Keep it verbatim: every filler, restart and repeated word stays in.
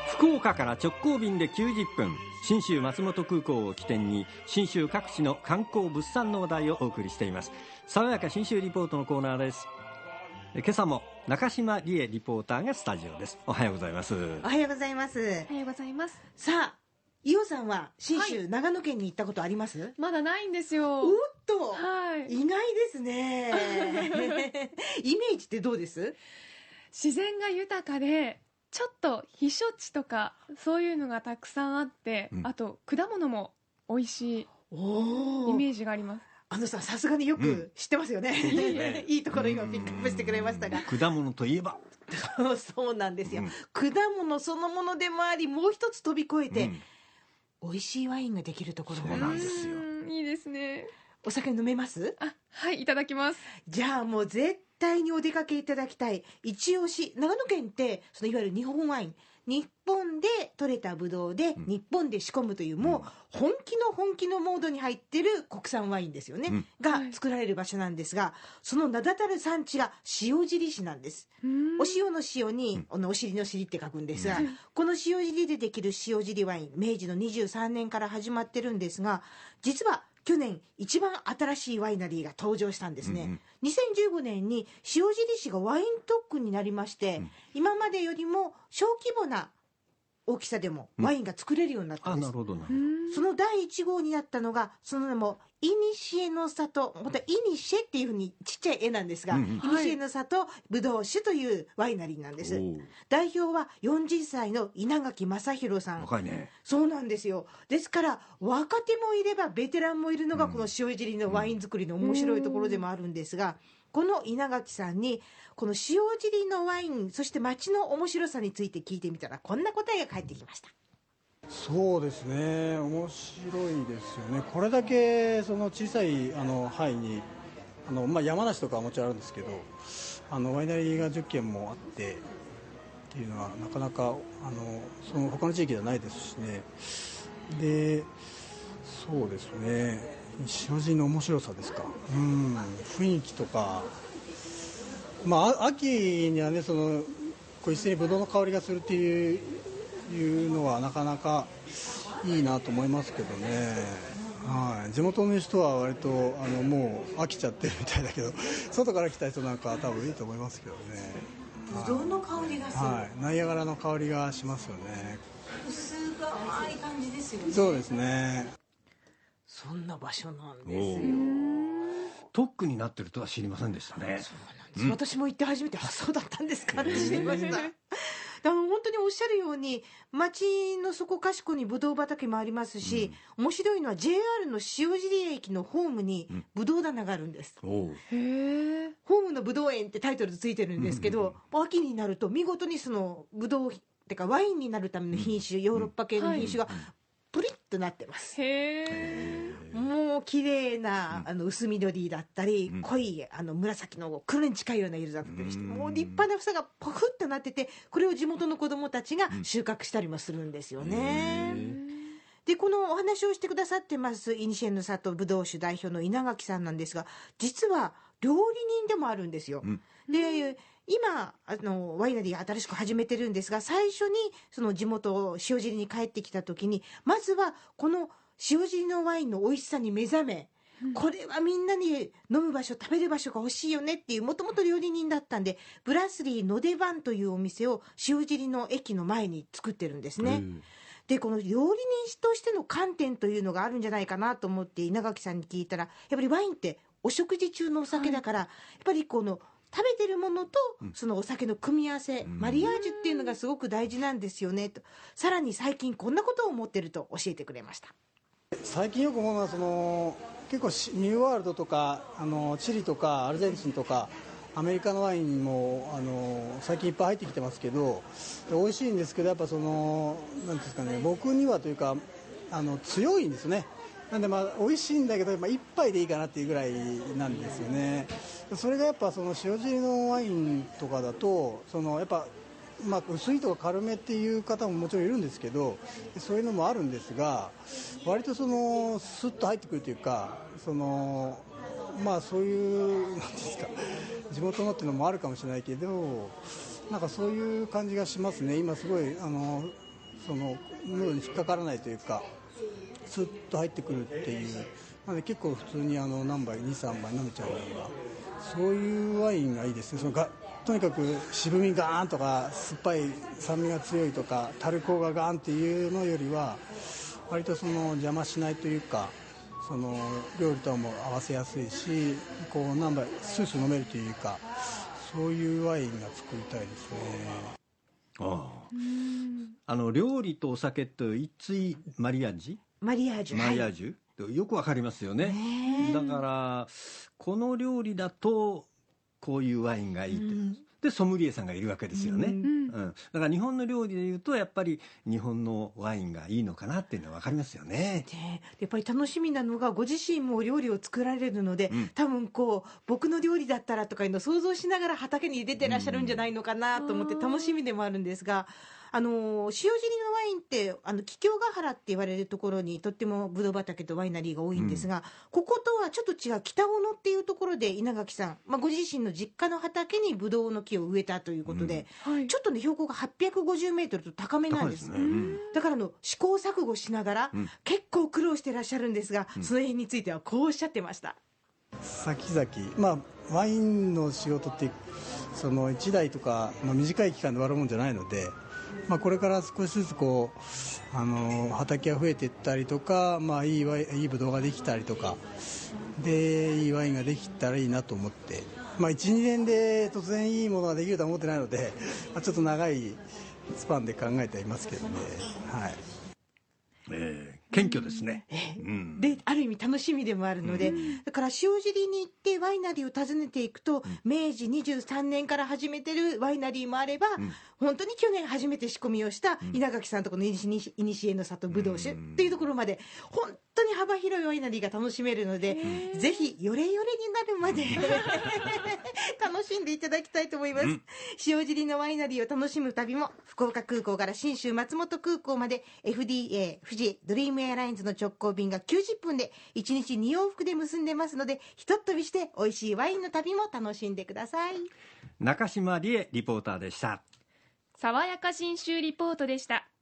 福岡から直行便できゅうじゅっぷん、信州松本空港を起点に信州各地の観光物産の話題をお送りしています。爽やか信州リポートのコーナーです。今朝も中島理恵リポーターがスタジオです。おはようございます。 おはようございます。 おはようございます。 さあ、伊代さんは信州、はい、長野県に行ったことあります？ まだないんですよ。 おっと、 はい、 意外ですね。イメージってどうです？ 自然が豊かで、ちょっと避暑地とかそういうのがたくさんあって、うん、あと果物も美味しいイメージがあります。 あのさ、さすがによく知ってますよね。うん、いいところ今ピックアップしてくれましたが、 果物といえばそうなんですよ、うん、果物そのものでもあり、もう一つ飛び越えて、うん、美味しいワインができるところがあるんですよ。 いいですね。 お酒飲めます？ あ、はい、いただきます。 じゃあもう絶対にお出かけいただきたい一押し、長野県ってそのいわゆる日本ワイン、日本で採れたブドウで日本で仕込むという、うん、もう本気の本気のモードに入ってる国産ワインですよね、うん、が作られる場所なんですが、その名だたる産地が塩尻市なんです。お塩の塩に、うん、お尻の尻って書くんですが、うん、この塩尻でできる塩尻ワイン、明治のにじゅうさんねんから始まってるんですが、実は去年一番新しいワイナリーが登場したんですね、うん、にせんじゅうごねんに塩尻市がワイン特区になりまして、うん、今までよりも小規模な大きさでもワインが作れるようになったんです、うん、あ、なるほどなるほど。そのだいいち号になったのが、その名もイニシエの里、またイニシエっていうふうにちっちゃい絵なんですが、うんうん、イニシエの里ブドウ酒というワイナリーなんです。代表はよんじゅっさいの稲垣正弘さん。 若いね。 そうなんですよ。ですから若手もいればベテランもいるのがこの塩尻のワイン作りの面白いところでもあるんですが、この稲垣さんにこの塩尻のワイン、そして町の面白さについて聞いてみたら、こんな答えが返ってきました。 そうですね、面白いですよね。これだけその小さいあの範囲にあの、まあ、山梨とかはもちろんあるんですけど、あのワイナリーがじゅっけんもあってっていうのはなかなかあのその他の地域ではないですしね。で、そうですね、塩尻の面白さですか、うん、雰囲気とか、まあ、秋にはね、そのこう一斉にブドウの香りがするっていういうのはなかなかいいなと思いますけどね、はい、地元の人は割とあのもう飽きちゃってるみたいだけど、外から来た人なんかは多分いいと思いますけどね。 ブドウの香りがする、 はい、ナイアガラの香りがしますよね。 薄甘い感じですよね。 そうですね。 そんな場所なんですよ。 特区になってるとは知りませんでしたね。そうなんです、 うん、私も行って初めて、あ、そうだったんですかって知りました。だから本当におっしゃるように、町のそこかしこにブドウ畑もありますし、うん、面白いのは ジェイアール の塩尻駅のホームにブドウ棚があるんです、うん、へホームのブドウ園ってタイトルついてるんですけど、うん、秋になると見事にそのブドウってかワインになるための品種、うん、ヨーロッパ系の品種がプリッとなってます。へー、もう綺麗なあの薄緑だったり、うん、濃いあの紫の黒に近いような色だったりして、もう立派な房がポフッとなってて、これを地元の子どもたちが収穫したりもするんですよね、うん、でこのお話をしてくださってますイニシエの里ブドウ酒代表の稲垣さんなんですが、実は料理人でもあるんですよ、うん、で今あのワイナリー新しく始めてるんですが、最初にその地元塩尻に帰ってきた時に、まずはこの塩尻のワインの美味しさに目覚め、うん、これはみんなに飲む場所、食べる場所が欲しいよねっていう、もともと料理人だったんで、ブラスリーのでばんというお店を塩尻の駅の前に作ってるんですね、うん、でこの料理人としての観点というのがあるんじゃないかなと思って稲垣さんに聞いたら、やっぱりワインってお食事中のお酒だから、はい、やっぱりこの食べてるものとそのお酒の組み合わせ、うん、マリアージュっていうのがすごく大事なんですよねと、さらに最近こんなことを思ってると教えてくれました。 最近よく思うのは、その結構ニューワールドとかあのチリとかアルゼンチンとかアメリカのワインもあの最近いっぱい入ってきてますけど、美味しいんですけど、やっぱそのなんですかね、僕にはというかあの強いんですね。なんでまあ美味しいんだけど、まあ、一杯でいいかなっていうぐらいなんですよね。それがやっぱその塩尻のワインとかだと、そのやっぱまあ、薄いとか軽めっていう方ももちろんいるんですけど、そういうのもあるんですが、割とそのスッと入ってくるというか、そのまあそういうなんですか、地元のっていうのもあるかもしれないけど、なんかそういう感じがしますね。今すごいあのその喉に引っかからないというかスッと入ってくるっていう、なので結構普通にあの何杯にさんばい飲めちゃうような、そういうワインがいいですね。そのがとにかく渋みガーンとか酸っぱい酸味が強いとかタルコがガーンっていうのよりは割とその邪魔しないというか、その料理とも合わせやすいし、こう何杯スースー飲めるというか、そういうワインが作りたいですね。 ああ、あの料理とお酒と一対マリアージュマリアージュマリアージュ、はい、よくわかりますよね。だからこの料理だとこういうワインがいいって、うん、でソムリエさんがいるわけですよね、うんうん、だから日本の料理でいうとやっぱり日本のワインがいいのかなっていうのは分かりますよね。 でやっぱり楽しみなのがご自身も料理を作られるので、うん、多分こう僕の料理だったらとかいうのを想像しながら畑に出てらっしゃるんじゃないのかなと思って楽しみでもあるんですが、あの塩尻のワインってあの桔梗ヶ原って言われるところにとってもブドウ畑とワイナリーが多いんですが、うん、こことはちょっと違う北小野っていうところで稲垣さん、まあ、ご自身の実家の畑にブドウの木を植えたということで、うんはい、ちょっとね標高がはっぴゃくごじゅうメートルと高めなんです、 高いですね、うん、 だからの試行錯誤しながら、うん、結構苦労してらっしゃるんですが、うん、その辺についてはこうおっしゃってました。 先々、まあ、ワインの仕事ってそのいちだいとか、まあ、短い期間で終わるもんじゃないので、まあ、これから少しずつこうあの畑が増えていったりとか、まあ、いいワイいいブドウができたりとかでいいワインができたらいいなと思って、まあ、いちにねんで突然いいものができるとは思ってないので、まあ、ちょっと長いスパンで考えていますけどね、はいえー、謙虚ですね、 うん、である意味楽しみでもあるので、うん、だから塩尻に行ってワイナリーを訪ねていくと、うん、明治にじゅうさんねんから始めてるワイナリーもあれば、うん、本当に去年初めて仕込みをした稲垣さんとこのいにしえの里ぶどう酒っていうところまで本当に幅広いワイナリーが楽しめるので、ぜひよれよれになるまで楽しんでいただきたいと思います、うん、塩尻のワイナリーを楽しむ旅も福岡空港から信州松本空港まで エフディーエー 富士ドリームエアラインズの直行便がきゅうじゅっぷんでいちにちに往復で結んでますので、ひとっ飛びして美味しいワインの旅も楽しんでください。 中島理恵リポーターでした。 爽やか信州リポートでした。